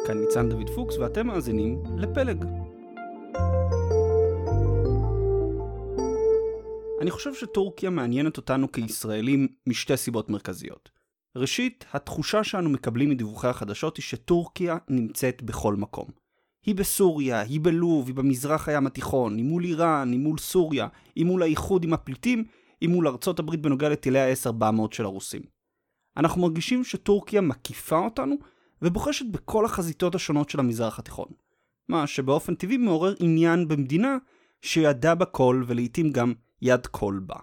כאן ניצן דוד פוקס ואתם מאזינים לפלג. אני חושב שטורקיה מעניינת אותנו כישראלים משתי סיבות מרכזיות. ראשית, התחושה שאנו מקבלים מדיווחי החדשות היא שטורקיה נמצאת בכל מקום. היא בסוריה, היא בלוב, היא במזרח הים התיכון, היא מול איראן, היא מול סוריה, היא מול האיחוד עם הפליטים, היא מול ארצות הברית בנוגע לטילי ה-S-400 של הרוסים. אנחנו מרגישים שטורקיה מקיפה אותנו ובוחשת בכל החזיתות השונות של המזרח התיכון. מה שבאופן טבעי מעורר עניין במדינה שידע בכל ולעיתים גם יד כל בה.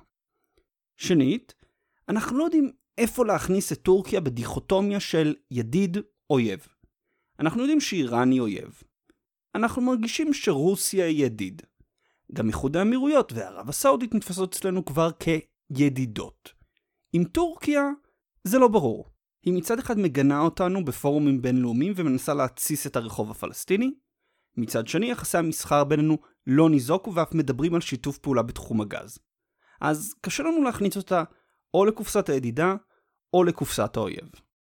שנית, אנחנו לא יודעים איפה להכניס את טורקיה בדיכוטומיה של ידיד אויב. אנחנו יודעים שאיראן היא אויב. אנחנו מרגישים שרוסיה היא ידיד. גם איחוד האמירויות וערב הסעודית נתפסות אצלנו כבר כידידות. עם טורקיה זה לא ברור. היא מצד אחד מגנה אותנו בפורומים בינלאומיים ומנסה להציס את הרחוב הפלסטיני. מצד שני, יחסי המסחר בינינו לא ניזוקו ואף מדברים על שיתוף פעולה בתחום הגז. אז קשה לנו להכניס אותה או לקופסת הידידה או לקופסת האויב.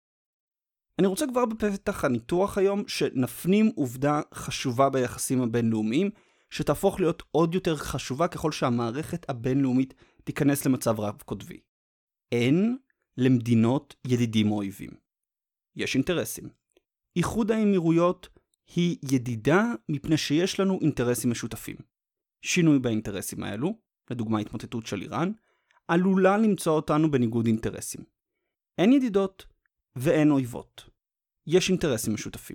אני רוצה כבר בפתח הניתוח היום שנפנים עובדה חשובה ביחסים הבינלאומיים, שתהפוך להיות עוד יותר חשובה ככל שהמערכת הבינלאומית תיכנס למצב רב קוטבי. אין למדינות ידידים או אויבים. יש אינטרסים. איחוד האמירויות היא ידידה מפני שיש לנו אינטרסים משותפים. שינוי באינטרסים האלו, לדוגמה התמוטטות של איראן, עלולה למצוא אותנו בניגוד אינטרסים. אין ידידות ואין אויבות. יש אינטרסים משותפים.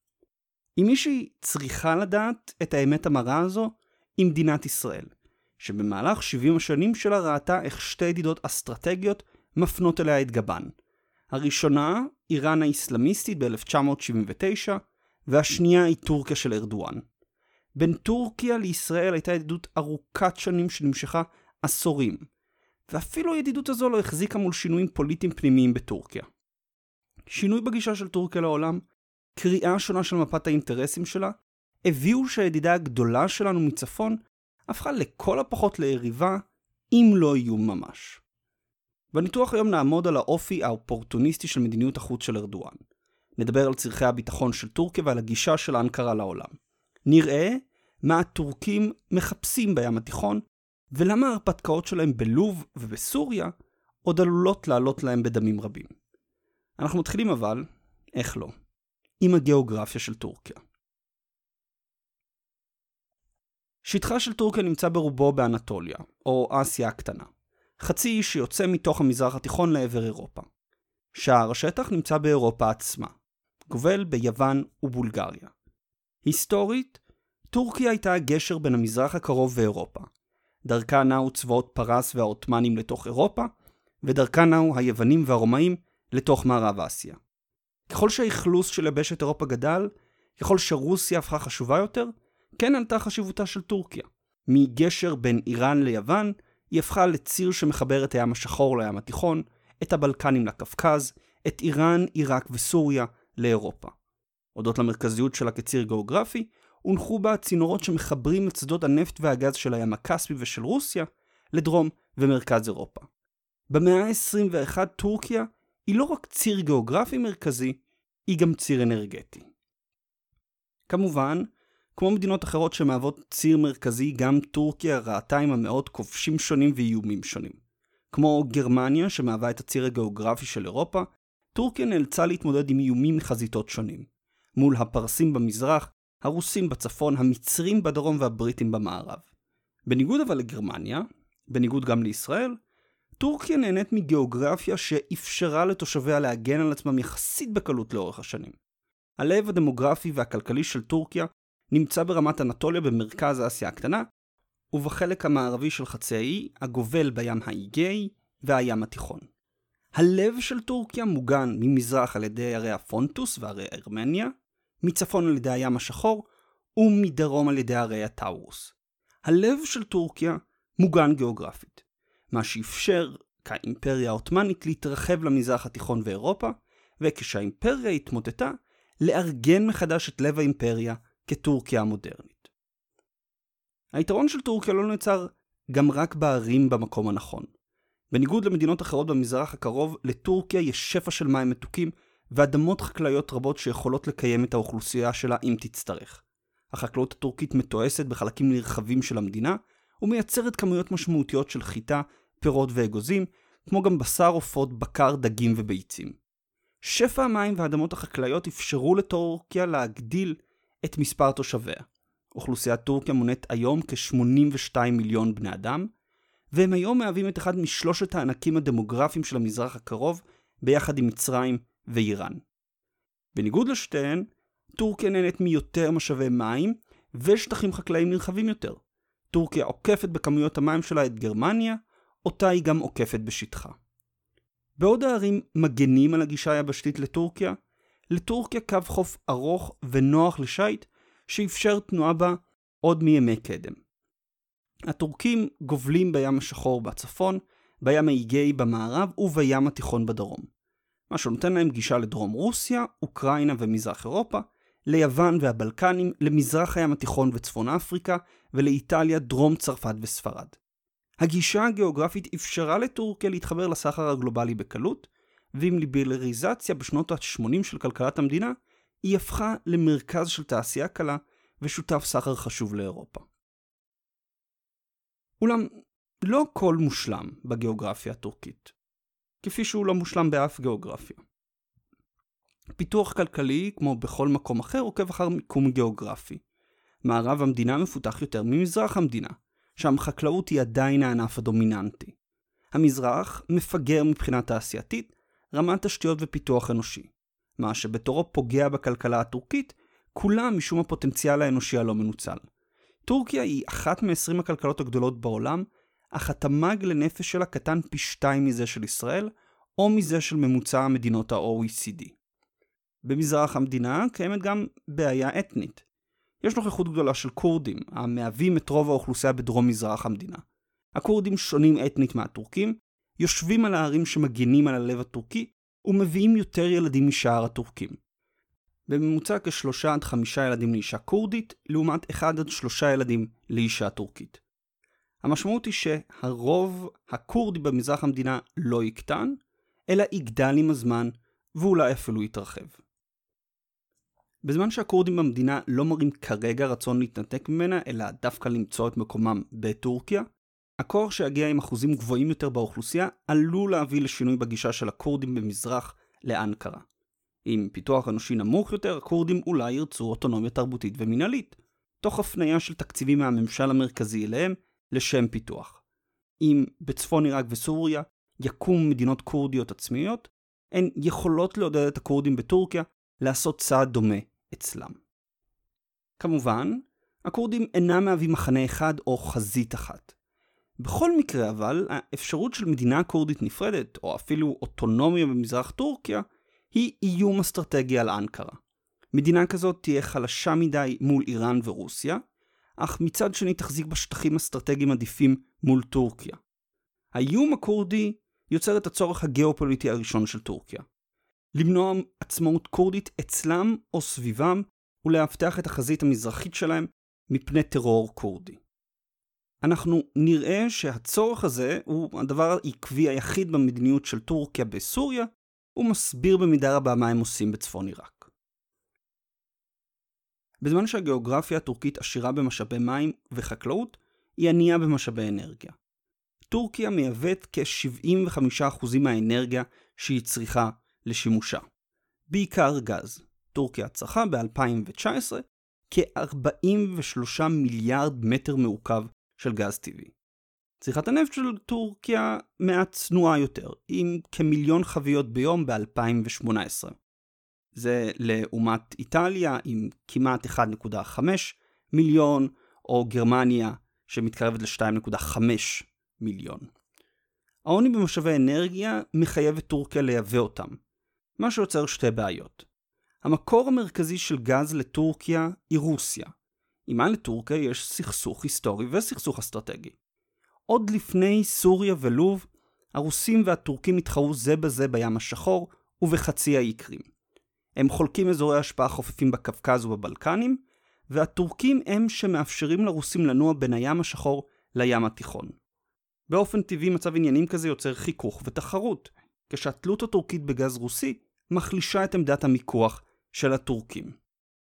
אם מישהי צריכה לדעת את האמת המרה הזו, היא מדינת ישראל, שבמהלך 70 השנים שלה ראתה איך שתי ידידות אסטרטגיות מפנות אליה את גבן. הראשונה, איראן האסלאמיסטית ב-1979, והשנייה היא טורקיה של ארדואן. בין טורקיה לישראל הייתה ידידות ארוכת שנים שנמשכה עשורים, ואפילו הידידות הזו לא החזיקה מול שינויים פוליטיים פנימיים בטורקיה. שינוי בגישה של טורקיה לעולם, קריאה שונה של מפת האינטרסים שלה, הביאו שהידידה הגדולה שלנו מצפון הפכה לכל הפחות ליריבה, אם לא איום ממש. בניתוח היום נעמוד על האופי האופורטוניסטי של מדיניות החוץ של ארדואן. נדבר על צרכי הביטחון של טורקיה ועל הגישה של אנקרה לעולם. נראה מה הטורקים מחפשים בים התיכון, ולמה ההרפתקאות שלהם בלוב ובסוריה עוד עלולות לעלות להם בדמים רבים. אנחנו מתחילים אבל, איך לא, עם הגיאוגרפיה של טורקיה. שטחה של טורקיה נמצא ברובו באנטוליה, או אסיה הקטנה. חצי איש שיוצא מתוך המזרח התיכון לעבר אירופה. שער השטח נמצא באירופה עצמה, גובל ביוון ובולגריה. היסטורית, טורקיה הייתה הגשר בין המזרח הקרוב ואירופה. דרכה נעו צבאות פרס והעות'מאנים לתוך אירופה, ודרכה נעו היוונים והרומאים לתוך מערב אסיה. ככל שהאכלוס של יבשת אירופה גדל, ככל שרוסיה הפכה חשובה יותר, כן עלתה חשיבותה של טורקיה. מגשר בין איראן ליוון, היא הפכה לציר שמחבר את הים השחור לים התיכון, את הבלקנים לקפקז, את איראן, עיראק וסוריה לאירופה. הודות למרכזיות שלה כציר גיאוגרפי, הונחו בה צינורות שמחברים את שדות הנפט והגז של הים הכספי ושל רוסיה לדרום ומרכז אירופה. במאה ה-21 טורקיה היא לא רק ציר גיאוגרפי מרכזי, היא גם ציר אנרגטי. כמובן, כמו מדינות אחרות שמהוות ציר מרכזי, גם טורקיה ראתה עם המאות כובשים שונים ואיומים שונים. כמו גרמניה שמהווה את הציר הגיאוגרפי של אירופה, טורקיה נאלצה להתמודד עם איומים מחזיתות שונים. מול הפרסים במזרח, הרוסים בצפון, המצרים בדרום והבריטים במערב. בניגוד אבל לגרמניה, בניגוד גם לישראל, טורקיה נהנית מגיאוגרפיה שאפשרה לתושביה להגן על עצמם יחסית בקלות לאורך השנים. הלב הדמוגרפי והכלכלי של טורקיה נמצא ברמת אנטוליה במרכז אסיה הקטנה, ובחלק המערבי של חצי האי הגובל בים האיגאי והים התיכון. הלב של טורקיה מוגן ממזרח על ידי ערי הפונטוס וערי ארמניה, מצפון על ידי הים השחור ומדרום על ידי ערי הטאורוס. הלב של טורקיה מוגן גיאוגרפית, מה שאפשר כאימפריה העות'מאנית להתרחב למזרח התיכון ואירופה, וכשהאימפריה התמוטטה, לארגן מחדש את לב האימפריה כטורקיה המודרנית. היתרון של טורקיה לא נעצר גם רק בערים במקום הנכון. בניגוד למדינות אחרות במזרח הקרוב, לטורקיה יש שפע של מים מתוקים ואדמות חקלאיות רבות שיכולות לקיים את האוכלוסייה שלה אם תצטרך. החקלאות הטורקית מתועסת בחלקים נרחבים של המדינה, ומייצרת כמויות משמעותיות של חיטה, פירות ואגוזים, כמו גם בשר, עופות, בקר, דגים וביצים. שפע המים והאדמות החקלאיות אפשרו לטורקיה להגדיל את מספר תושביה. אוכלוסיית טורקיה מונית היום כ-82 מיליון בני אדם, והם היום מהווים את אחד משלושת הענקים הדמוגרפיים של המזרח הקרוב, ביחד עם מצרים ואיראן. בניגוד לשתיהן, טורקיה נהנית מיותר משאבי מים ושטחים חקלאיים נרחבים יותר. טורקיה עוקפת בכמויות המים שלה את גרמניה, אותה היא גם עוקפת בשטחה. בעוד הערים מגנים על הגישה היבשתית לטורקיה קו חוף ארוך ונוח לשייט שאפשר תנועה בה עוד מימי קדם. הטורקים גובלים בים השחור בצפון, בים האיגאי במערב ובים התיכון בדרום. מה שנותן להם גישה לדרום רוסיה, אוקראינה ומזרח אירופה, ליוון והבלקנים, למזרח הים התיכון וצפון אפריקה, ולאיטליה, דרום צרפת וספרד. הגישה הגיאוגרפית אפשרה לטורקיה להתחבר לסחר הגלובלי בקלות, ועם ליברליזציה בשנות ה-80 של כלכלת המדינה, היא הפכה למרכז של תעשייה קלה ושותף סחר חשוב לאירופה. אולם לא הכל מושלם בגיאוגרפיה הטורקית, כפי שהוא לא מושלם באף גיאוגרפיה. פיתוח כלכלי, כמו בכל מקום אחר, עוקב אחר מיקום גיאוגרפי. מערב המדינה מפותח יותר ממזרח המדינה, שם חקלאות היא עדיין הענף הדומיננטי. המזרח מפגר מבחינה תעשייתית, רמת תשתיות ופיתוח אנושי. מה שבתורו פוגע בכלכלה הטורקית, כולה משום הפוטנציאל האנושי הלא מנוצל. טורקיה היא אחת מ-20 הכלכלות הגדולות בעולם, אך התמ"ג לנפש שלה קטן פי 2 מזה של ישראל, או מזה של ממוצע מדינות ה-OECD. במזרח המדינה קיימת גם בעיה אתנית. יש נוכחות גדולה של קורדים, המהווים את רוב האוכלוסייה בדרום מזרח המדינה. הקורדים שונים אתנית מהטורקים, יושבים על הערים שמגינים על הלב הטורקי, ומביאים יותר ילדים משאר הטורקים. בממוצע כ3 עד 5 ילדים לאישה קורדית, לעומת 1 עד 3 ילדים לאישה טורקית. המשמעות היא שהרוב הקורדי במזרח המדינה לא יקטן, אלא יגדל עם הזמן, ואולי אפילו יתרחב. בזמן שהקורדים במדינה לא מראים כרגע רצון להתנתק ממנה, אלא דווקא למצוא את מקומם בטורקיה, הכוח שיגיע עם אחוזים גבוהים יותר באוכלוסייה עלול להביא לשינוי בגישה של הקורדים במזרח לאנקרה. עם פיתוח אנושי נמוך יותר, הקורדים אולי ירצו אוטונומיה תרבותית ומנהלית, תוך הפניה של תקציבים מהממשל המרכזי אליהם לשם פיתוח. אם בצפון עיראק וסוריה יקום מדינות קורדיות עצמיות, הן יכולות לעודד את הקורדים בטורקיה לעשות צעד דומה אצלם. כמובן, הקורדים אינם מהווים מחנה אחד או חזית אחת. בכל מקרה אבל, האפשרות של מדינה קורדית נפרדת, או אפילו אוטונומיה במזרח טורקיה, היא איום אסטרטגי על אנקרה. מדינה כזאת תהיה חלשה מדי מול איראן ורוסיה, אך מצד שני תחזיק בשטחים אסטרטגיים עדיפים מול טורקיה. האיום הקורדי יוצר את הצורך הגיאופוליטי הראשון של טורקיה. למנוע עצמאות קורדית אצלם או סביבם, ולהבטח את החזית המזרחית שלהם מפני טרור קורדי. אנחנו נראה שהצורך הזה הוא הדבר העקבי היחיד במדיניות של טורקיה בסוריה, ומסביר במידה רבה מה הם עושים בצפון עיראק. בזמן שהגיאוגרפיה הטורקית עשירה במשאבי מים וחקלאות, היא ענייה במשאבי אנרגיה. טורקיה מייבאת כ-75% מהאנרגיה שהיא צריכה לשימושה. בעיקר גז. טורקיה צרכה ב-2019 כ-43 מיליארד מטר מעוקב של גז טבעי. צריכת הנפט של טורקיה מעט צנועה יותר, עם כמיליון חביות ביום ב-2018. זה לעומת איטליה עם כמעט 1.5 מיליון, או גרמניה שמתקרבת ל-2.5 מיליון. העוני במשאבי אנרגיה מחייב את טורקיה לייבא אותם, מה שיוצר שתי בעיות. המקור המרכזי של גז לטורקיה היא רוסיה. עימה לטורקיה יש סכסוך היסטורי וסכסוך אסטרטגי. עוד לפני סוריה ולוב, הרוסים והטורקים התחרו זה בזה בים השחור ובחצי האי קרים. הם חולקים אזורי השפעה חופפים בקווקז ובבלקנים, והטורקים הם שמאפשרים לרוסים לנוע בין הים השחור לים התיכון. באופן טבעי מצב עניינים כזה יוצר חיכוך ותחרות, כשהתלות הטורקית בגז רוסי מחלישה את עמדת המיקוח של הטורקים.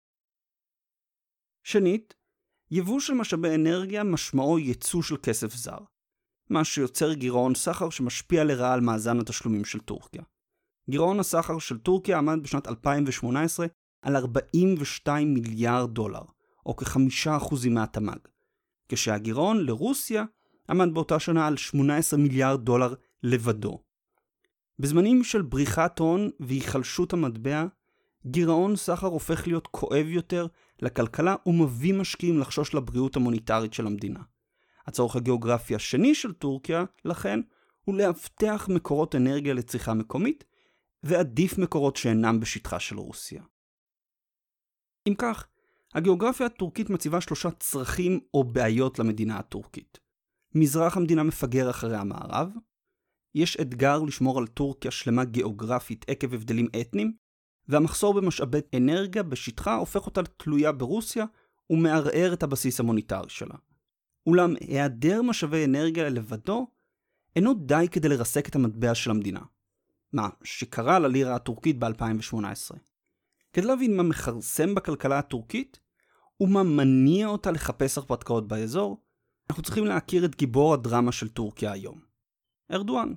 שנית, יבוא של משאבי אנרגיה משמעו ייצוא של כסף זר, מה שיוצר גירעון סחר שמשפיע לרעה על מאזן התשלומים של טורקיה. גירעון הסחר של טורקיה עמד בשנת 2018 על 42 מיליארד דולר, או כ5% מהתמ"ג, כשהגירעון לרוסיה עמד באותה שנה על 18 מיליארד דולר לבדו. בזמנים של בריחת הון והיחלשות המטבע, גירעון סחר הופך להיות כואב יותר לכלכלה ומביא משקיעים לחשוש לבריאות המוניטרית של המדינה. הצורך הגיאוגרפי השני של טורקיה, לכן, הוא להבטח מקורות אנרגיה לצריכה מקומית, ועדיף מקורות שאינם בשטחה של רוסיה. אם כך, הגיאוגרפיה הטורקית מציבה 3 צרכים או בעיות למדינה הטורקית. מזרח המדינה מפגר אחרי המערב, יש אתגר לשמור על טורקיה שלמה גיאוגרפית עקב הבדלים אתניים, והמחסור במשאבי אנרגיה בשטחה הופך אותה תלויה ברוסיה ומערער את הבסיס המוניטרי שלה. אולם היעדר משאבי אנרגיה לבדו אינו די כדי לרסק את המטבע של המדינה. מה שקרה ללירה הטורקית ב-2018. כדי להבין מה מכרסם בכלכלה הטורקית ומה מניע אותה לחפש הרפתקאות באזור, אנחנו צריכים להכיר את גיבור הדרמה של טורקיה היום, ארדואן.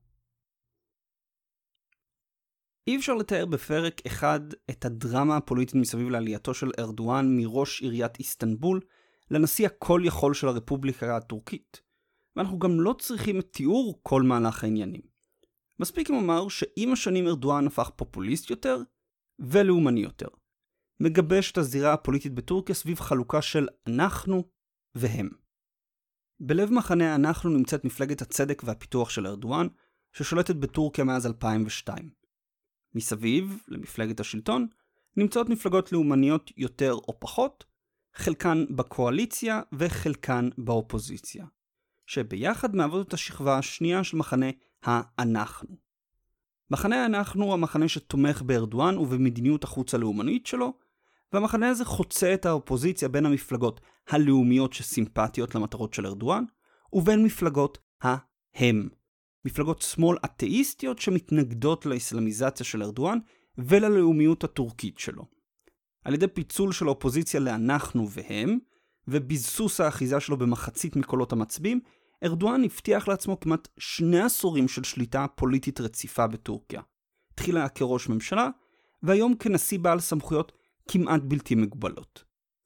אי אפשר לתאר בפרק אחד את הדרמה הפוליטית מסביב לעלייתו של ארדואן מראש עיריית איסטנבול לנשיא הכל יכול של הרפובליקה הטורקית, ואנחנו גם לא צריכים את תיאור כל מהלך העניינים. מספיק אם אומר שעם השנים ארדואן הפך פופוליסט יותר ולאומני יותר. מגבש את הזירה הפוליטית בטורקיה סביב חלוקה של אנחנו והם. בלב מחנה אנחנו נמצאת מפלגת הצדק והפיתוח של ארדואן, ששולטת בטורקיה מאז 2002. מסביב למפלגת השלטון נמצאות מפלגות לאומניות יותר או פחות, חלקן בקואליציה וחלקן באופוזיציה, שביחד מעבוד את השכבה השנייה של מחנה האנחנו. מחנה האנחנו הוא המחנה שתומך בארדואן ובמדיניות החוץ הלאומנית שלו, והמחנה הזה חוצה את האופוזיציה בין המפלגות הלאומיות שסימפטיות למטרות של ארדואן, ובין מפלגות ההם. מפלגות שמאל אתאיסטיות שמתנגדות לאסלאמיזציה של ארדואן וללאומיות הטורקית שלו. על ידי פיצול של האופוזיציה לאנחנו והם, וביסוס האחיזה שלו במחצית מקולות המצביעים, ארדואן הבטיח לעצמו כמעט 2 עשורים של שליטה פוליטית רציפה בטורקיה. תחילה כראש ממשלה, והיום כנשיא בעל סמכויות כמעט בלתי מגבלות.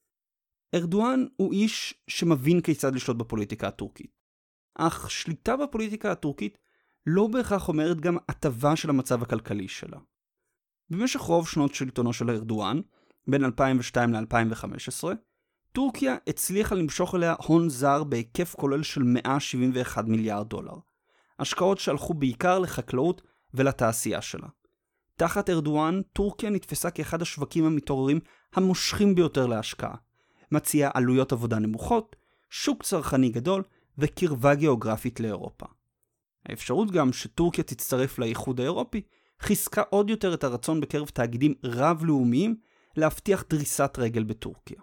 ארדואן הוא איש שמבין כיצד לשלוט בפוליטיקה הטורקית. אך שליטה בפוליטיקה הטורקית לא בהכרח אומרת גם הטבה של המצב הכלכלי שלה. במשך רוב שנות שלטונו של ארדואן, בין 2002 ל-2015, טורקיה הצליחה למשוך אליה הון זר בהיקף כולל של 171 מיליארד דולר. השקעות שהלכו בעיקר לחקלאות ולתעשייה שלה. תחת ארדואן, טורקיה נתפסה כאחד השווקים המתעוררים המושכים ביותר להשקעה. מציעה עלויות עבודה נמוכות, שוק צרכני גדול וקרבה גיאוגרפית לאירופה. האפשרות גם שטורקיה תצטרף לאיחוד האירופי חיזקה עוד יותר את הרצון בקרב תאגידים רב-לאומיים להבטיח דריסת רגל בטורקיה.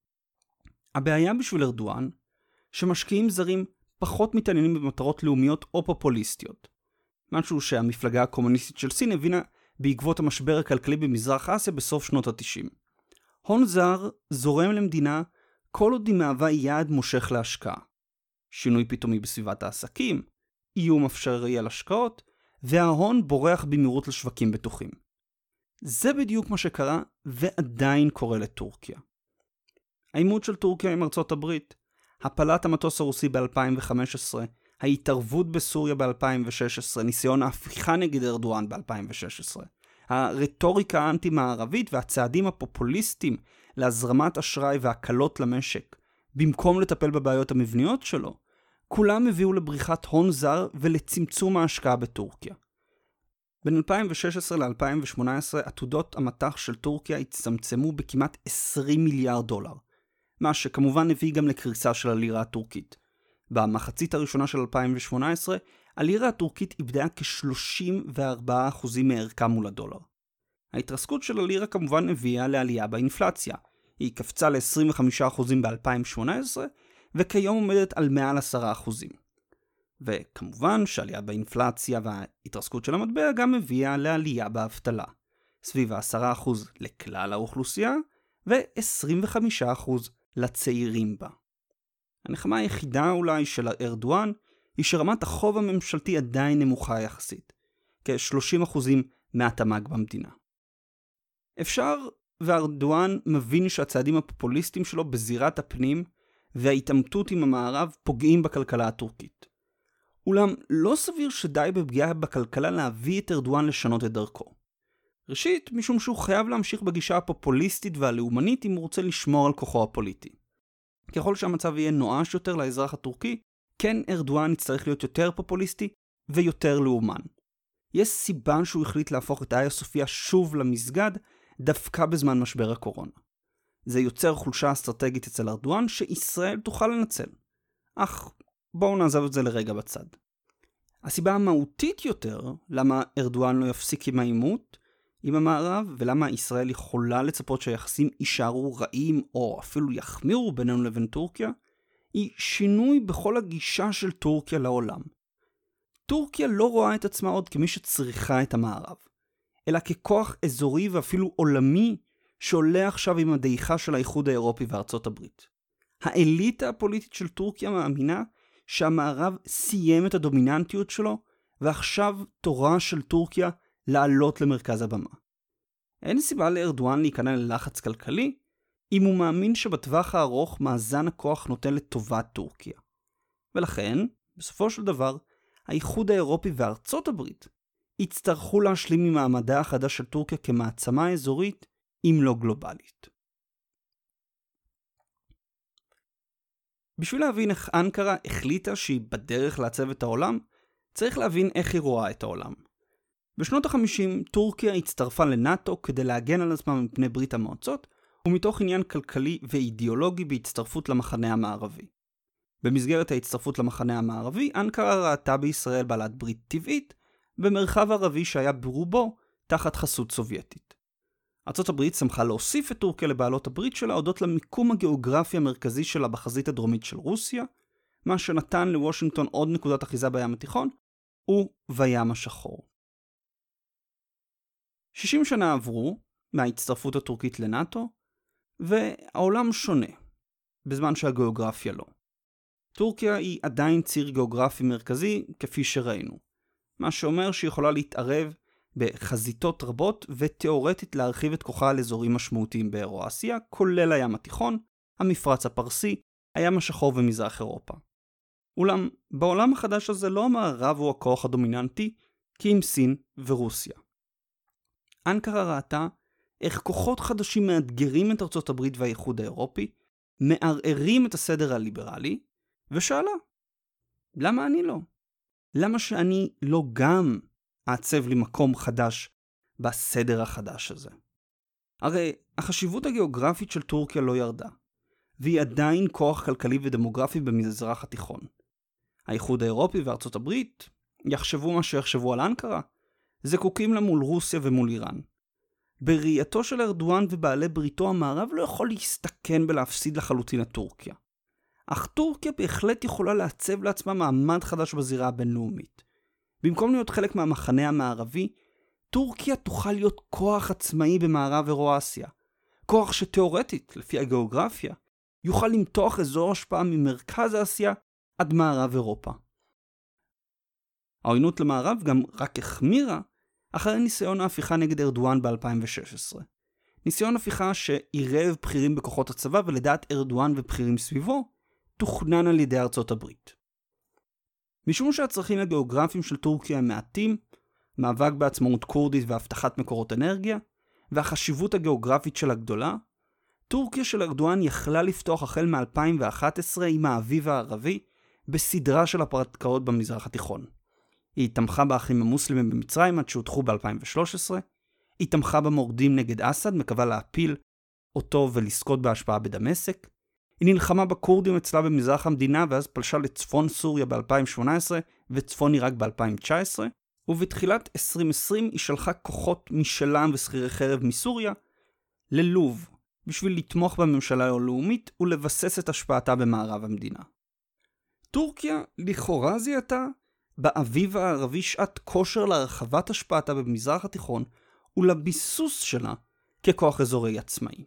הבעיה בשביל ארדואן, שמשקיעים זרים פחות מתעניינים במטרות לאומיות או פופוליסטיות. משהו שהמפלגה הקומוניסטית של סין הבינה בעקבות המשבר הכלכלי במזרח אסיה בסוף שנות ה-90. הון זר זורם למדינה כל עוד היא מהווה יעד מושך להשקעה. שינוי פתאומי בסביבת העסקים, איום אפשרי על השקעות, וההון בורח במהירות לשווקים בטוחים. זה בדיוק מה שקרה ועדיין קורה לטורקיה. העימות של טורקיה עם ארצות הברית, הפלת המטוס הרוסי ב-2015, ההתערבות בסוריה ב-2016, ניסיון ההפיכה נגד ארדואן ב-2016, הרטוריקה האנטי-מערבית והצעדים הפופוליסטיים להזרמת אשראי והקלות למשק, במקום לטפל בבעיות המבניות שלו, כולם הביאו לבריחת הון זר ולצמצום ההשקעה בטורקיה. בין 2016 ל-2018 עתודות המטח של טורקיה הצטמצמו בכמעט 20 מיליארד דולר, מה שכמובן הביא גם לקריסה של הלירה הטורקית. במחצית הראשונה של 2018, הלירה הטורקית איבדה כ-34% מערכה מול הדולר. ההתרסקות של הלירה כמובן הביאה לעלייה באינפלציה. היא קפצה ל-25% ב-2018, וכיום עומדת על מעל 10%. וכמובן שעלייה באינפלציה וההתרסקות של המטבע גם הביאה לעלייה באבטלה. סביב 10% לכלל האוכלוסייה, ו-25% לצעירים בה. הנחמה היחידה אולי של ארדואן היא שרמת החוב הממשלתי עדיין נמוכה יחסית, כ-30% מהתמ"ג במדינה. אפשר, וארדואן מבין שהצעדים הפופוליסטיים שלו בזירת הפנים וההתעמתות עם המערב פוגעים בכלכלה הטורקית. אולם לא סביר שדי בפגיעה בכלכלה להביא את ארדואן לשנות את דרכו. ראשית, משום שהוא חייב להמשיך בגישה הפופוליסטית והלאומנית אם הוא רוצה לשמור על כוחו הפוליטי. ככל שהמצב יהיה נואש יותר לאזרח הטורקי, כן ארדואן יצטרך להיות יותר פופוליסטי ויותר לאומן. יש סיבה שהוא החליט להפוך את איה סופיה שוב למסגד דווקא בזמן משבר הקורונה. זה יוצר חולשה אסטרטגית אצל ארדואן שישראל תוכל לנצל. אך בואו נעזוב את זה לרגע בצד. הסיבה המהותית יותר למה ארדואן לא יפסיק עם העימות עם המערב ולמה ישראל יכולה לצפות שהיחסים יישארו רעים או אפילו יחמירו בינינו לבין טורקיה, היא שינוי בכל הגישה של טורקיה לעולם. טורקיה לא רואה את עצמה עוד כמי שצריכה את המערב, אלא ככוח אזורי ואפילו עולמי שעולה עכשיו עם הדעיכה של האיחוד האירופי וארצות הברית. האליטה הפוליטית של טורקיה מאמינה שהמערב סיים את הדומיננטיות שלו, ועכשיו תורה של טורקיה לעלות למרכז הבמה. אין סיבה לארדואן להיכנע ללחץ כלכלי, אם הוא מאמין שבטווח הארוך מאזן הכוח נותן לטובת טורקיה. ולכן, בסופו של דבר, האיחוד האירופי וארצות הברית יצטרכו להשלים עם מעמדה החדש של טורקיה כמעצמה אזורית, אם לא גלובלית. בשביל להבין איך אנקרה החליטה שהיא בדרך לעצב את העולם, צריך להבין איך היא רואה את העולם. בשנות ה-50 טורקיה הצטרפה לנאטו כדי להגן על עצמה מפני ברית המועצות, ומתוך עניין כלכלי ואידיאולוגי בהצטרפות למחנה המערבי. במסגרת ההצטרפות למחנה המערבי, אנקרה ראתה בישראל בעלת ברית טבעית, במרחב ערבי שהיה ברובו תחת חסות סובייטית. ארצות הברית שמחה להוסיף את טורקיה לבעלות הברית שלה הודות למיקום הגיאוגרפי המרכזי שלה בחזית הדרומית של רוסיה, מה שנתן לוושינגטון עוד נקודת אחיזה בים התיכון, ובים השחור. 60 שנה עברו מההצטרפות הטורקית לנאטו, והעולם שונה, בזמן שהגיאוגרפיה לא. טורקיה היא עדיין ציר גיאוגרפי מרכזי, כפי שראינו, מה שאומר שהיא יכולה להתערב בחזיתות רבות ותיאורטית להרחיב את כוחה על אזורים משמעותיים באירואסיה, כולל הים התיכון, המפרץ הפרסי, הים השחור ומזרח אירופה. אולם בעולם החדש הזה לא המערב הוא הכוח הדומיננטי, כי עם סין ורוסיה. אנקרה ראתה איך כוחות חדשים מאתגרים את ארצות הברית והאיחוד האירופי, מערערים את הסדר הליברלי, ושאלה, למה אני לא? למה שאני לא גם אעצב לי מקום חדש בסדר החדש הזה? הרי החשיבות הגיאוגרפית של טורקיה לא ירדה, והיא עדיין כוח כלכלי ודמוגרפי במזרח התיכון. האיחוד האירופי וארצות הברית יחשבו מה שיחשבו על אנקרה, זקוקים לה מול רוסיה ומול איראן. בראייתו של ארדואן ובעלי בריתו המערב לא יכול להסתכן בלהפסיד לחלוטין את טורקיה. אך טורקיה בהחלט יכולה לעצב לעצמה מעמד חדש בזירה הבינלאומית. במקום להיות חלק מהמחנה המערבי, טורקיה תוכל להיות כוח עצמאי במערב אירואסיה. כוח שתיאורטית, לפי הגיאוגרפיה, יוכל למתוח אזור השפעה ממרכז אסיה עד מערב אירופה. העוינות למערב גם רק החמירה אחרי ניסיון ההפיכה נגד ארדואן ב-2016. ניסיון הפיכה שעירב בכירים בכוחות הצבא ולדעת ארדואן ובכירים סביבו, תוכנן על ידי ארצות הברית. משום שהצרכים הגיאוגרפיים של טורקיה הם מעטים, מאבק בעצמאות קורדית והבטחת מקורות אנרגיה, והחשיבות הגיאוגרפית שלה גדולה, טורקיה של ארדואן יכלה לפתוח החל מ-2011 עם האביב הערבי בסדרה של הפרטקאות במזרח התיכון. היא תמכה באחים המוסלמים במצרים עד שהודחו ב-2013, היא תמכה במורדים נגד אסד, מקווה להפיל אותו ולזכות בהשפעה בדמשק, היא נלחמה בקורדים אצלה במזרח המדינה ואז פלשה לצפון סוריה ב-2018 וצפון עיראק ב-2019, ובתחילת 2020 היא שלחה כוחות משלם ושכירי חרב מסוריה ללוב, בשביל לתמוך בממשלה הלאומית ולבסס את השפעתה במערב המדינה. טורקיה לכאורה זיהתה באביב הערבי שעת כושר להרחבת השפעתה במזרח התיכון ולביסוס שלה ככוח אזורי עצמאי.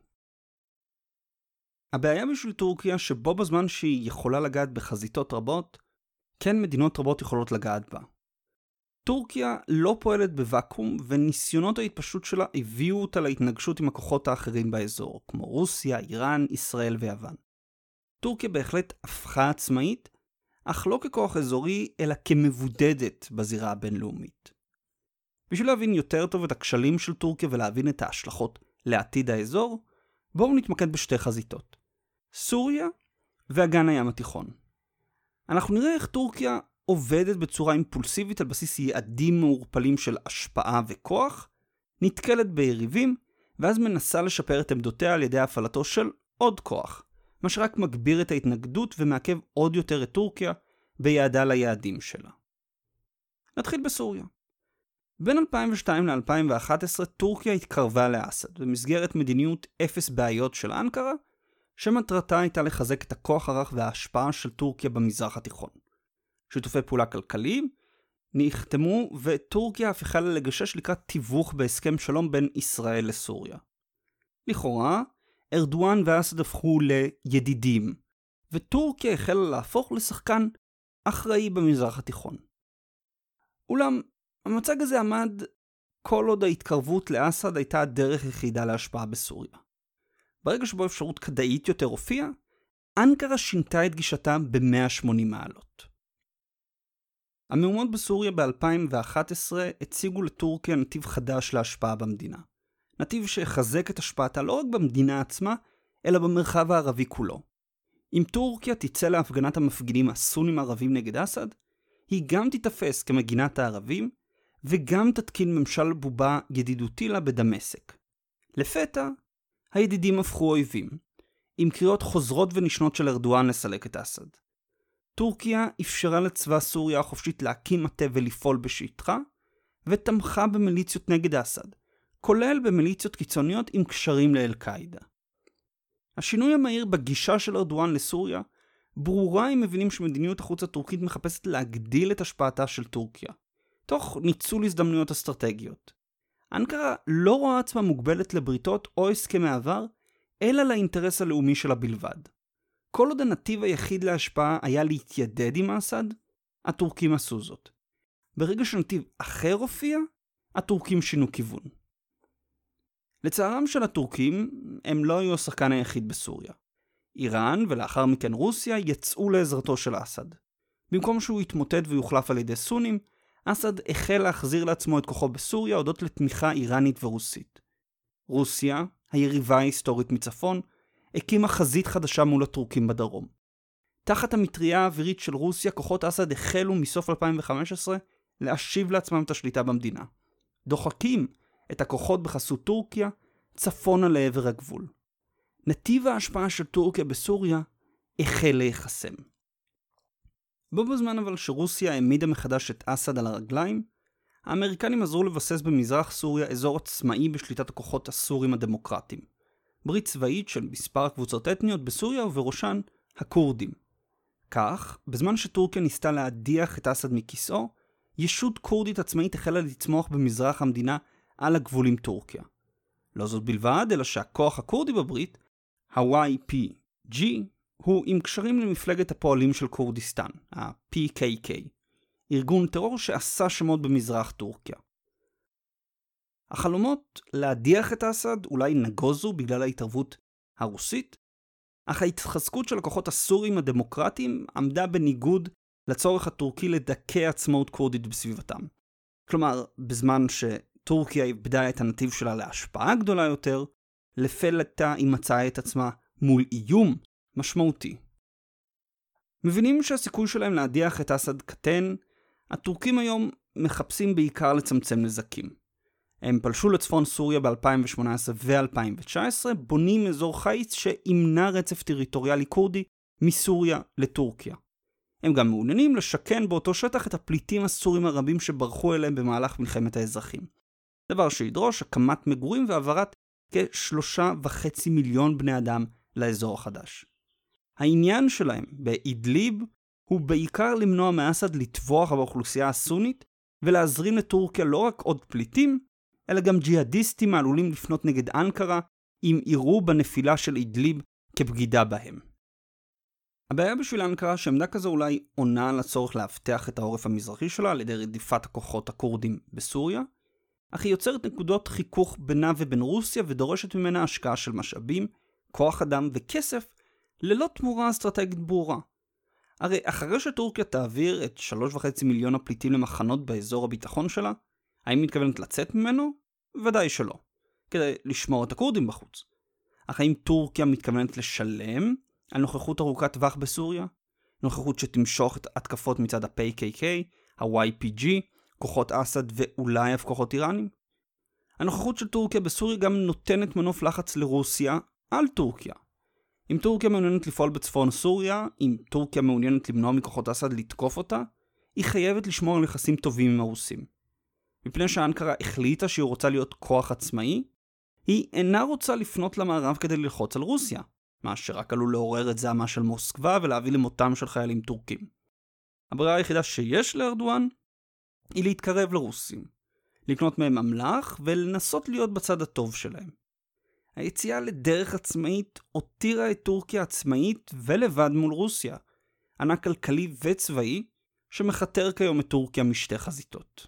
הבעיה בשביל טורקיה שבו בזמן שהיא יכולה לגעת בחזיתות רבות, כן מדינות רבות יכולות לגעת בה. טורקיה לא פועלת בוואקום, וניסיונות ההתפשטות שלה הביאו אותה להתנגשות עם הכוחות האחרים באזור, כמו רוסיה, איראן, ישראל ויוון. טורקיה בהחלט הפכה עצמאית, אך לא ככוח אזורי, אלא כמבודדת בזירה הבינלאומית. בשביל להבין יותר טוב את הכשלים של טורקיה ולהבין את ההשלכות לעתיד האזור, בואו נתמקד בשתי חזיתות. סוריה ואגן הים התיכון. אנחנו נראה איך טורקיה עובדת בצורה אימפולסיבית על בסיס יעדים מעורפלים של השפעה וכוח, נתקלת ביריבים, ואז מנסה לשפר את עמדותיה על ידי הפעלתו של עוד כוח, מה שרק מגביר את ההתנגדות ומעכב עוד יותר את טורקיה ביעדה ליעדים שלה. נתחיל בסוריה. בין 2002 ל-2011 טורקיה התקרבה לאסד במסגרת מדיניות אפס בעיות של אנקרה, שמטרתה הייתה לחזק את הכוח הרך וההשפעה של טורקיה במזרח התיכון. שיתופי פעולה כלכליים נחתמו וטורקיה הפכה לגשש לקראת תיווך בהסכם שלום בין ישראל לסוריה. לכאורה, ארדואן ואסד הפכו לידידים, וטורקיה החלה להפוך לשחקן אחראי במזרח התיכון. אולם, המצג הזה עמד כל עוד ההתקרבות לאסד הייתה הדרך היחידה להשפעה בסוריה. ברגע שבו אפשרות כדאית יותר הופיעה, אנקרה שינתה את גישתה ב-180 מעלות. המהומות בסוריה ב-2011 הציגו לטורקיה נתיב חדש להשפעה במדינה. נתיב שחזק את השפעתה לא רק במדינה עצמה, אלא במרחב הערבי כולו. אם טורקיה תצא להפגנת המפגינים הסונים הערבים נגד אסד, היא גם תתפס כמגינת הערבים, וגם תתקין ממשל בובה ידידותי לה בדמשק. לפתע, הידידים הפכו אויבים, עם קריאות חוזרות ונשנות של ארדואן לסלק את אסד. טורקיה אפשרה לצבא סוריה החופשית להקים מטה ולפעול בשטחה, ותמכה במיליציות נגד אסד, כולל במיליציות קיצוניות עם קשרים לאל-קאעידה. השינוי המהיר בגישה של ארדואן לסוריה, ברורה אם מבינים שמדיניות החוץ הטורקית מחפשת להגדיל את השפעתה של טורקיה, תוך ניצול הזדמנויות אסטרטגיות. אנקרה לא רואה עצמה מוגבלת לבריתות או הסכמי עבר, אלא לאינטרס הלאומי שלה בלבד. כל עוד הנתיב היחיד להשפעה היה להתיידד עם אסד, הטורקים עשו זאת. ברגע שנתיב אחר הופיע, הטורקים שינו כיוון. לצערם של הטורקים, הם לא היו השחקן היחיד בסוריה. איראן ולאחר מכן רוסיה יצאו לעזרתו של אסד. במקום שהוא יתמוטט ויוחלף על ידי סונים, אסד החל להחזיר לעצמו את כוחו בסוריה הודות לתמיכה איראנית ורוסית. רוסיה, היריבה ההיסטורית מצפון, הקימה חזית חדשה מול הטורקים בדרום. תחת המטריה האווירית של רוסיה, כוחות אסד החלו מסוף 2015 להשיב לעצמם את השליטה במדינה. דוחקים את הכוחות בחסות טורקיה צפונה לעבר הגבול. נתיב ההשפעה של טורקיה בסוריה החל להיחסם. בו בזמן אבל שרוסיה העמידה מחדש את אסד על הרגליים, האמריקנים עזרו לבסס במזרח סוריה אזור עצמאי בשליטת הכוחות הסורים הדמוקרטיים. ברית צבאית של מספר קבוצות אתניות בסוריה ובראשן הקורדים. כך, בזמן שטורקיה ניסתה להדיח את אסד מכיסאו, ישות קורדית עצמאית החלה לצמוח במזרח המדינה על הגבול עם טורקיה. לא זאת בלבד, אלא שהכוח הקורדי בברית, ה-YPG, הוא עם קשרים למפלגת הפועלים של קורדיסטן, ה-PKK, ארגון טרור שעשה שמות במזרח טורקיה. החלומות להדיח את אסד אולי נגוזו בגלל ההתערבות הרוסית, אך ההתחזקות של הכוחות הסורים הדמוקרטיים עמדה בניגוד לצורך הטורקי לדכא עצמאות קורדית בסביבתם. כלומר, בזמן שטורקיה איבדה את הנתיב שלה להשפעה גדולה יותר, לפלטה היא מצאה את עצמה מול איום משמעותי. מבינים שהסיכוי שלהם להדיח את אסד קטן, הטורקים היום מחפשים בעיקר לצמצם נזקים. הם פלשו לצפון סוריה ב-2018 ו-2019, בונים אזור חיץ שימנע רצף טריטוריאלי קורדי מסוריה לטורקיה. הם גם מעוניינים לשכן באותו שטח את הפליטים הסורים הרבים שברחו אליהם במהלך מלחמת האזרחים. דבר שידרוש הקמת מגורים והעברת כ3.5 מיליון בני אדם לאזור החדש. העניין שלהם באידליב הוא בעיקר למנוע מאסד לטבוח באוכלוסייה הסונית ולהזרים לטורקיה לא רק עוד פליטים, אלא גם ג'יהאדיסטים העלולים לפנות נגד אנקרה אם יראו בנפילה של אידליב כבגידה בהם. הבעיה בשביל אנקרה שעמדה כזו אולי עונה על הצורך להבטח את העורף המזרחי שלה על ידי רדיפת הכוחות הכורדים בסוריה, אך היא יוצרת נקודות חיכוך בינה ובין רוסיה ודורשת ממנה השקעה של משאבים, כוח אדם וכסף ללא תמורה אסטרטגית ברורה. הרי אחרי שטורקיה תעביר את 3.5 מיליון הפליטים למחנות באזור הביטחון שלה, האם היא מתכוונת לצאת ממנו? ודאי שלא, כדי לשמור את הכורדים בחוץ. אך האם טורקיה מתכוונת לשלם על נוכחות ארוכת טווח בסוריה? נוכחות שתמשוך את התקפות מצד ה-PKK, ה-YPG, כוחות אסד ואולי אף כוחות איראנים? הנוכחות של טורקיה בסוריה גם נותנת מנוף לחץ לרוסיה על טורקיה. אם טורקיה מעוניינת לפעול בצפון סוריה, אם טורקיה מעוניינת למנוע מכוחות אסד לתקוף אותה, היא חייבת לשמור על יחסים טובים עם הרוסים. מפני שאנקרה החליטה שהיא רוצה להיות כוח עצמאי, היא אינה רוצה לפנות למערב כדי ללחוץ על רוסיה, מה שרק עלול לעורר את זעמה של מוסקבה ולהביא למותם של חיילים טורקים. הברירה היחידה שיש לארדואן היא להתקרב לרוסים, לקנות מהם אמל"ח ולנסות להיות בצד הטוב שלהם. היציאה לדרך עצמאית הותירה את טורקיה עצמאית ולבד מול רוסיה, ענק כלכלי וצבאי שמחתר כיום את טורקיה משתי חזיתות.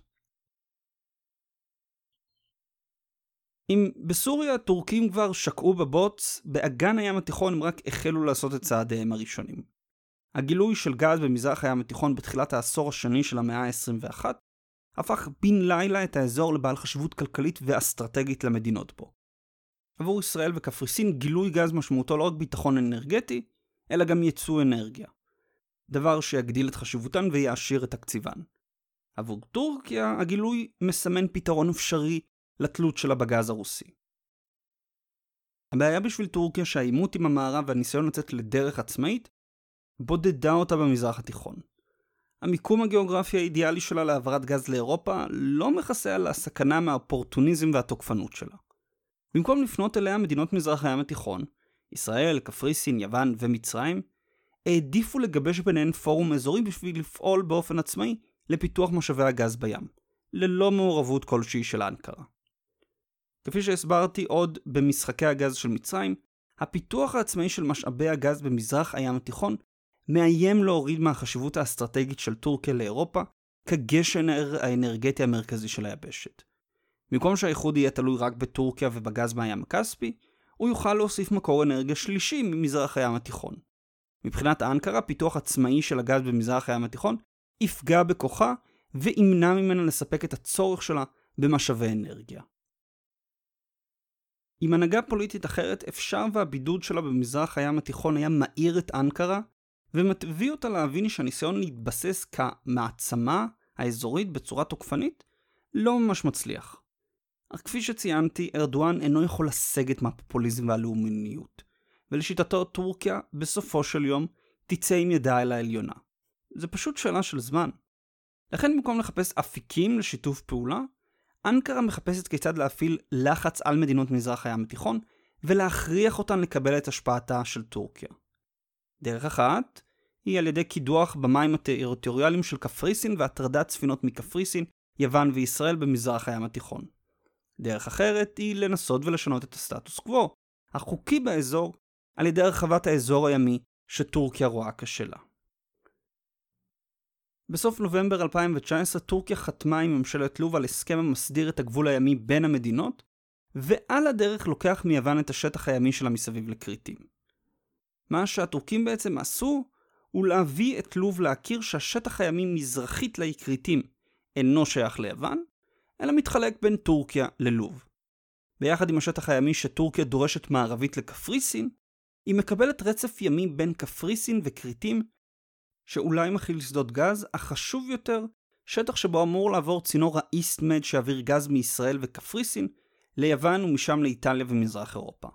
אם בסוריה הטורקים כבר שקעו בבוץ, באגן הים התיכון הם רק החלו לעשות את צעדיהם הראשונים. הגילוי של גז במזרח הים התיכון בתחילת העשור השני של המאה ה-21 הפך בן לילה את האזור לבעל חשיבות כלכלית ואסטרטגית למדינות בו. עבור ישראל וקפריסין גילוי גז משמעותו לא רק ביטחון אנרגטי, אלא גם ייצוא אנרגיה. דבר שיגדיל את חשיבותן ויעשיר את תקציבן. עבור טורקיה הגילוי מסמן פתרון אפשרי לתלות שלה בגז הרוסי. הבעיה בשביל טורקיה שהאימות עם המערב והניסיון לצאת לדרך עצמאית בודדה אותה במזרח התיכון. המיקום הגיאוגרפי האידיאלי שלה להעברת גז לאירופה לא מכסה על הסכנה מהאופורטוניזם והתוקפנות שלה. במקום לפנות אליה מדינות מזרח הים התיכון, ישראל, קפריסין, יוון ומצרים, העדיפו לגבש ביניהן פורום אזורי בשביל לפעול באופן עצמאי לפיתוח משאבי הגז בים, ללא מעורבות כלשהי של אנקרה. כפי שהסברתי עוד במשחקי הגז של מצרים, הפיתוח העצמאי של משאבי הגז במזרח הים התיכון מאיים להוריד מהחשיבות האסטרטגית של טורקיה לאירופה כגשן האנרגטי המרכזי של היבשת. במקום שהאיחוד יהיה תלוי רק בטורקיה ובגז מהים הכספי, הוא יוכל להוסיף מקור אנרגיה שלישי ממזרח הים התיכון. מבחינת אנקרה, פיתוח עצמאי של הגז במזרח הים התיכון יפגע בכוחה וימנע ממנה לספק את הצורך שלה במשאבי אנרגיה. עם הנהגה פוליטית אחרת, אפשר והבידוד שלה במזרח הים התיכון היה מאיר את אנקרה, ומביא אותה להבין שהניסיון להתבסס כמעצמה האזורית בצורה תוקפנית לא ממש מצליח. אך כפי שציינתי, ארדואן אינו יכול לסגת מהפופוליזם והלאומניות, ולשיטתו טורקיה בסופו של יום תצא עם ידה אל העליונה. זה פשוט שאלה של זמן. לכן במקום לחפש אפיקים לשיתוף פעולה, אנקרה מחפשת כיצד להפעיל לחץ על מדינות מזרח הים התיכון ולהכריח אותן לקבל את השפעתה של טורקיה. דרך אחת היא על ידי קידוח במים הטריטוריאליים של קפריסין והטרדת ספינות מקפריסין, יוון וישראל במזרח הים התיכון. דרך אחרת היא לנסות ולשנות את הסטטוס קוו החוקי באזור על ידי הרחבת האזור הימי שטורקיה רואה כשלה. בסוף נובמבר 2019 טורקיה חתמה עם ממשלת לוב על הסכם המסדיר את הגבול הימי בין המדינות, ועל הדרך לוקח מיוון את השטח הימי שלה מסביב לקריטים. מה שהטורקים בעצם עשו הוא להביא את לוב להכיר שהשטח הימי מזרחית לאי קריטים אינו שייך ליוון, אלא מתחלק בין טורקיה ללוב. ביחד עם השטח הימי שטורקיה דורשת מערבית לקפריסין, היא מקבלת רצף ימי בין קפריסין וקריטים, שאולי מכיל שדות גז, אך חשוב יותר, שטח שבו אמור לעבור צינור האיסט-מד שיעביר גז מישראל וקפריסין ליוון ומשם לאיטליה ומזרח אירופה.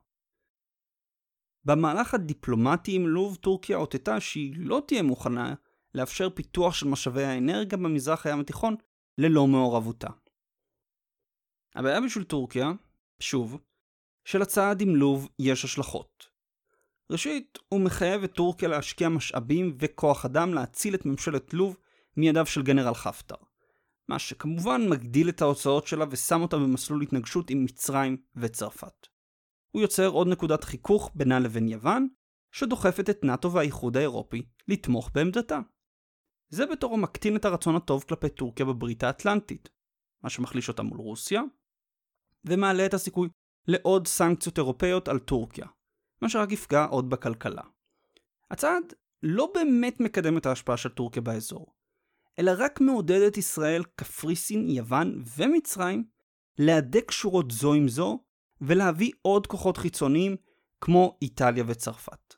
במהלך הדיפלומטי עם לוב, טורקיה אותתה שהיא לא תהיה מוכנה לאפשר פיתוח של משאבי האנרגיה במזרח הים התיכון ללא מעורבותה. הבעיה בשביל טורקיה, שוב, שלצעד עם לוב יש השלכות. ראשית, הוא מחייב את טורקיה להשקיע משאבים וכוח אדם להציל את ממשלת לוב מידיו של גנרל חפטר. מה שכמובן מגדיל את ההוצאות שלה ושם אותה במסלול התנגשות עם מצרים וצרפת. הוא יוצר עוד נקודת חיכוך בינה לבין יוון, שדוחפת את נאט"ו והאיחוד האירופי לתמוך בעמדתה. זה בתור מקטין את הרצון הטוב כלפי טורקיה בברית האטלנטית, מה שמחליש אותה מול רוסיה, ומעלה את הסיכוי לעוד סנקציות אירופאיות על טורקיה, מה שרק יפגע עוד בכלכלה. הצעד לא באמת מקדם את ההשפעה של טורקיה באזור, אלא רק מעודד את ישראל, קפריסין, יוון ומצרים להדק שורות זו עם זו, ולהביא עוד כוחות חיצוניים כמו איטליה וצרפת.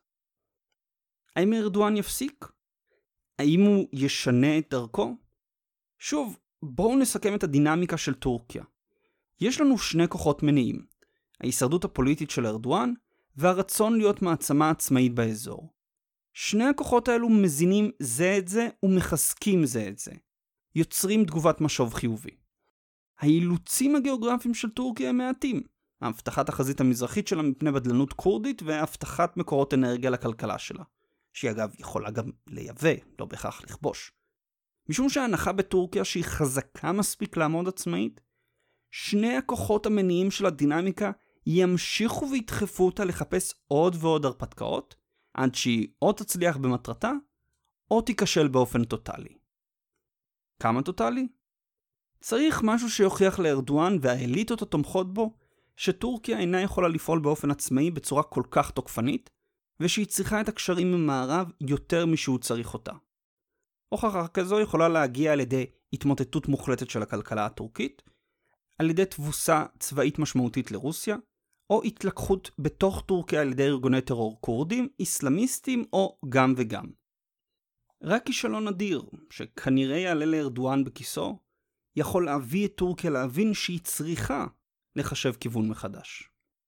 האם ארדואן יפסיק? האם הוא ישנה את דרכו? שוב, בואו נסכם את הדינמיקה של טורקיה. יש לנו שני כוחות מניעים, ההישרדות הפוליטית של ארדואן והרצון להיות מעצמה עצמאית באזור. שני הכוחות האלו מזינים זה את זה ומחזקים זה את זה, יוצרים תגובת משוב חיובי. האילוצים הגיאוגרפיים של טורקיה הם מעטים, הבטחת החזית המזרחית שלה מפני בדלנות קורדית והבטחת מקורות אנרגיה לכלכלה שלה, שהיא אגב יכולה גם לייבא, לא בהכרח לכבוש. משום שההנחה בטורקיה שהיא חזקה מספיק לעמוד עצמאית, שני הכוחות המניעים של הדינמיקה ימשיכו וידחפו אותה לחפש עוד ועוד הרפתקאות, עד שהיא או תצליח במטרתה, או תיכשל באופן טוטלי. כמה טוטלי? צריך משהו שיוכיח לארדואן והאליטות התומכות בו, שטורקיה אינה יכולה לפעול באופן עצמאי בצורה כל כך תוקפנית, ושהיא צריכה את הקשרים ממערב יותר משהוא צריך אותה. הוכחה כזו יכולה להגיע על ידי התמוטטות מוחלטת של הכלכלה הטורקית, על ידי תבוסה צבאית משמעותית לרוסיה, או התלקחות בתוך טורקיה על ידי ארגוני טרור קורדים, איסלאמיסטים או גם וגם. רק כישלון אדיר, שכנראה יעלה לארדואן בכיסו, יכול להביא את טורקיה להבין שהיא צריכה לחשב כיוון מחדש.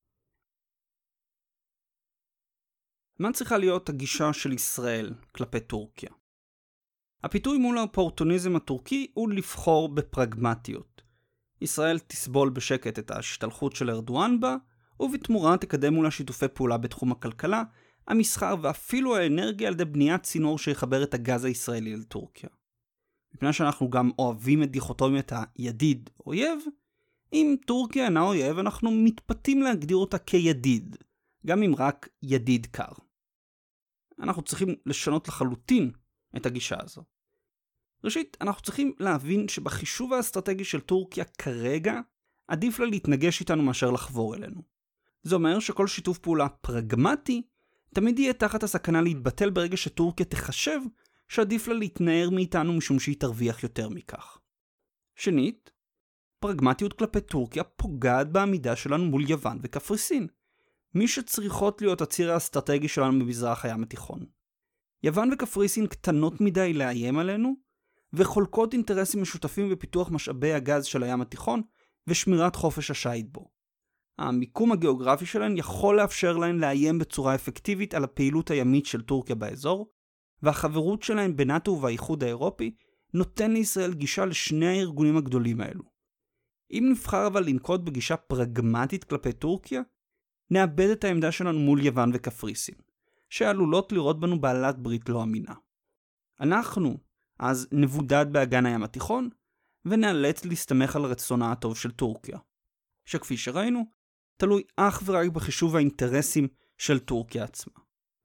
מה צריכה להיות הגישה של ישראל כלפי טורקיה? הפיתוי מול האופורטוניזם הטורקי הוא לבחור בפרגמטיות. ישראל תסבול בשקט את ההשתלחות של ארדואן בה, ובתמורה תקדם מולה שיתופי פעולה בתחום הכלכלה, המסחר ואפילו האנרגיה על ידי בניית צינור שיחבר את הגז הישראלי לטורקיה. מפני שאנחנו גם אוהבים את דיכוטומיית הידיד אויב, אם טורקיה אינה אויב אנחנו מתפתים להגדיר אותה כידיד, גם אם רק ידיד קר. אנחנו צריכים לשנות לחלוטין את הגישה הזו. ראשית, אנחנו צריכים להבין שבחישוב האסטרטגי של טורקיה כרגע, עדיף לה להתנגש איתנו מאשר לחבור אלינו. זה אומר שכל שיתוף פעולה פרגמטי, תמיד יהיה תחת הסכנה להתבטל ברגע שטורקיה תחשב שעדיף לה להתנער מאיתנו משום שהיא תרוויח יותר מכך. שנית, פרגמטיות כלפי טורקיה פוגעת בעמידה שלנו מול יוון וקפריסין, מי שצריכות להיות הציר האסטרטגי שלנו במזרח הים התיכון. יוון וקפריסין קטנות מדי לאיים עלינו, וחולקות אינטרסים משותפים בפיתוח משאבי הגז של הים התיכון ושמירת חופש השייט בו. המיקום הגיאוגרפי שלהן יכול לאפשר להן לאיים בצורה אפקטיבית על הפעילות הימית של טורקיה באזור, והחברות שלהן בנאט"ו ובאיחוד האירופי נותן לישראל גישה לשני הארגונים הגדולים האלו. אם נבחר אבל לנקוט בגישה פרגמטית כלפי טורקיה, נאבד את העמדה שלנו מול יוון וקפריסין, שעלולות לראות בנו בעלת ברית לא אמינה. אנחנו אז נבודד באגן הים התיכון, ונאלץ להסתמך על רצונה הטוב של טורקיה, שכפי שראינו, תלוי אך ורק בחישוב האינטרסים של טורקיה עצמה.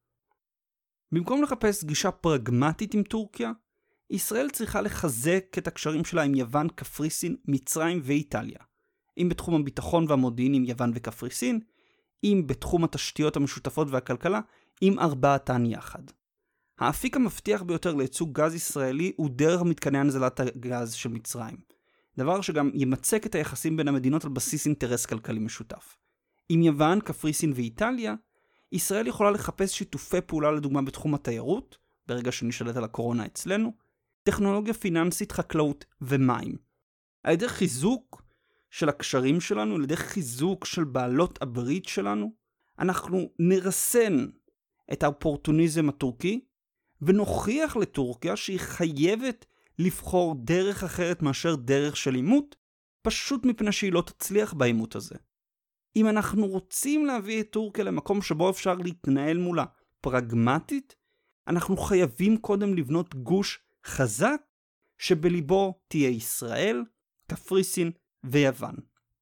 במקום לחפש גישה פרגמטית עם טורקיה, ישראל צריכה לחזק את הקשרים שלה עם יוון, קפריסין, מצרים ואיטליה, אם בתחום הביטחון והמודיעין עם יוון וקפריסין, אם בתחום התשתיות המשותפות והכלכלה עם ארבעתן יחד. האפיק המבטיח ביותר לייצוא גז ישראלי הוא דרך מתקני הנזלת הגז של מצרים, דבר שגם ימצק את היחסים בין המדינות על בסיס אינטרס כלכלי משותף. עם יוון, קפריסין ואיטליה, ישראל יכולה לחפש שיתופי פעולה לדוגמה בתחום התיירות, ברגע שנשלט על הקורונה אצלנו, טכנולוגיה פיננסית, חקלאות ומים. על ידי חיזוק של הקשרים שלנו, על ידי חיזוק של בעלות הברית שלנו, אנחנו נרסן את האופורטוניזם הטורקי, ונוכיח לטורקיה שהיא חייבת לבחור דרך אחרת מאשר דרך של עימות, פשוט מפני שהיא לא תצליח בעימות הזה. אם אנחנו רוצים להביא את טורקיה למקום שבו אפשר להתנהל מולה פרגמטית, אנחנו חייבים קודם לבנות גוש חזק שבליבו תהיה ישראל, קפריסין ויוון.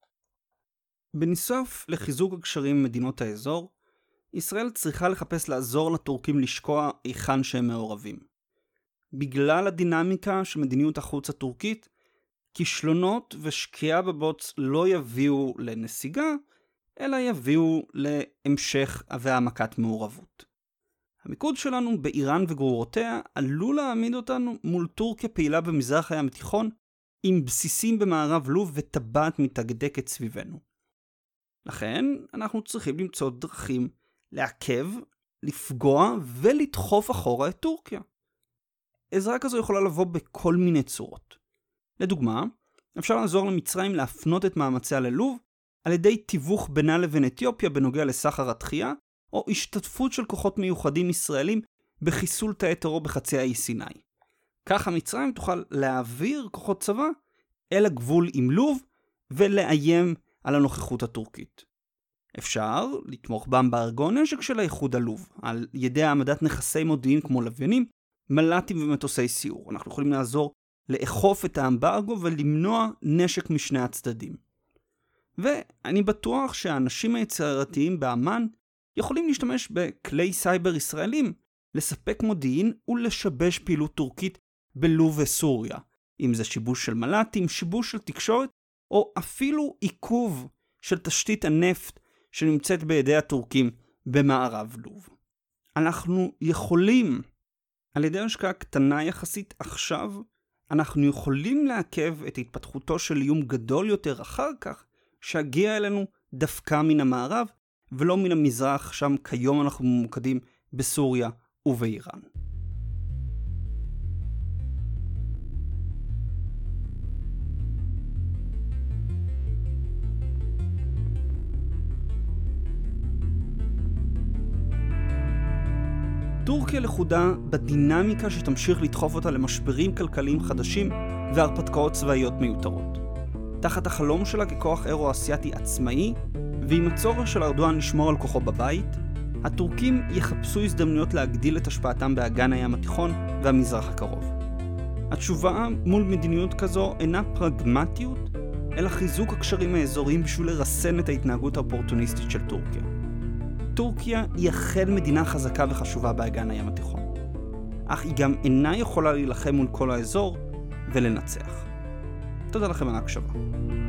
בנוסף לחיזוק הקשרים עם מדינות האזור, ישראל צריכה לחפש לעזור לטורקים לשקוע היכן שהם מעורבים. בגלל הדינמיקה של מדיניות החוץ הטורקית, כישלונות ושקיעה בבוץ לא יביאו לנסיגה, אלא יביאו להמשך והעמקת מעורבות. המיקוד שלנו באיראן וגרורותיה עלול להעמיד אותנו מול טורקיה פעילה במזרח הים התיכון, עם בסיסים במערב לוב וטבעת מתקדקת סביבנו. לכן אנחנו צריכים למצוא דרכים לעכב, לפגוע ולדחוף אחורה את טורקיה. עזרה כזו יכולה לבוא בכל מיני צורות. לדוגמה, אפשר לעזור למצרים להפנות את מאמציה ללוב על ידי תיווך בינה לבין אתיופיה בנוגע לסחר התחייה, או השתתפות של כוחות מיוחדים ישראלים בחיסול תאי טרור בחצי האי סיני. כך המצרים תוכל להעביר כוחות צבא אל הגבול עם לוב ולאיים על הנוכחות הטורקית. אפשר לתמוך באמברגו נשק של האיחוד הלוב על ידי העמדת נכסי מודיעין כמו לוויינים, מל"טים ומטוסי סיור. אנחנו יכולים לעזור לאכוף את האמברגו ולמנוע נשק משני הצדדים. ואני בטוח שהאנשים היצירתיים באמן יכולים להשתמש בכלי סייבר ישראלים לספק מודיעין ולשבש פעילות טורקית בלוב וסוריה, אם זה שיבוש של מל"טים, שיבוש של תקשורת, או אפילו עיכוב של תשתית הנפט שנמצאת בידי הטורקים במערב לוב. אנחנו יכולים, על ידי השקעה קטנה יחסית עכשיו, אנחנו יכולים לעכב את התפתחותו של איום גדול יותר אחר כך, שהגיע אלינו דווקא מן המערב, ולא מן המזרח, שם כיום אנחנו ממוקדים בסוריה ובאיראן. טורקיה לכודה בדינמיקה שתמשיך לדחוף אותה למשברים כלכליים חדשים והרפתקאות צבאיות מיותרות. תחת החלום שלה ככוח אירו-אסיאטי עצמאי, ועם הצורך של ארדואן לשמור על כוחו בבית, הטורקים יחפשו הזדמנויות להגדיל את השפעתם באגן הים התיכון והמזרח הקרוב. התשובה מול מדיניות כזו אינה פרגמטיות, אלא חיזוק הקשרים האזוריים בשביל לרסן את ההתנהגות האופורטוניסטית של טורקיה. טורקיה היא אכן מדינה חזקה וחשובה באגן הים התיכון, אך היא גם אינה יכולה להילחם מול כל האזור ולנצח. תודה לכם על ההקשבה.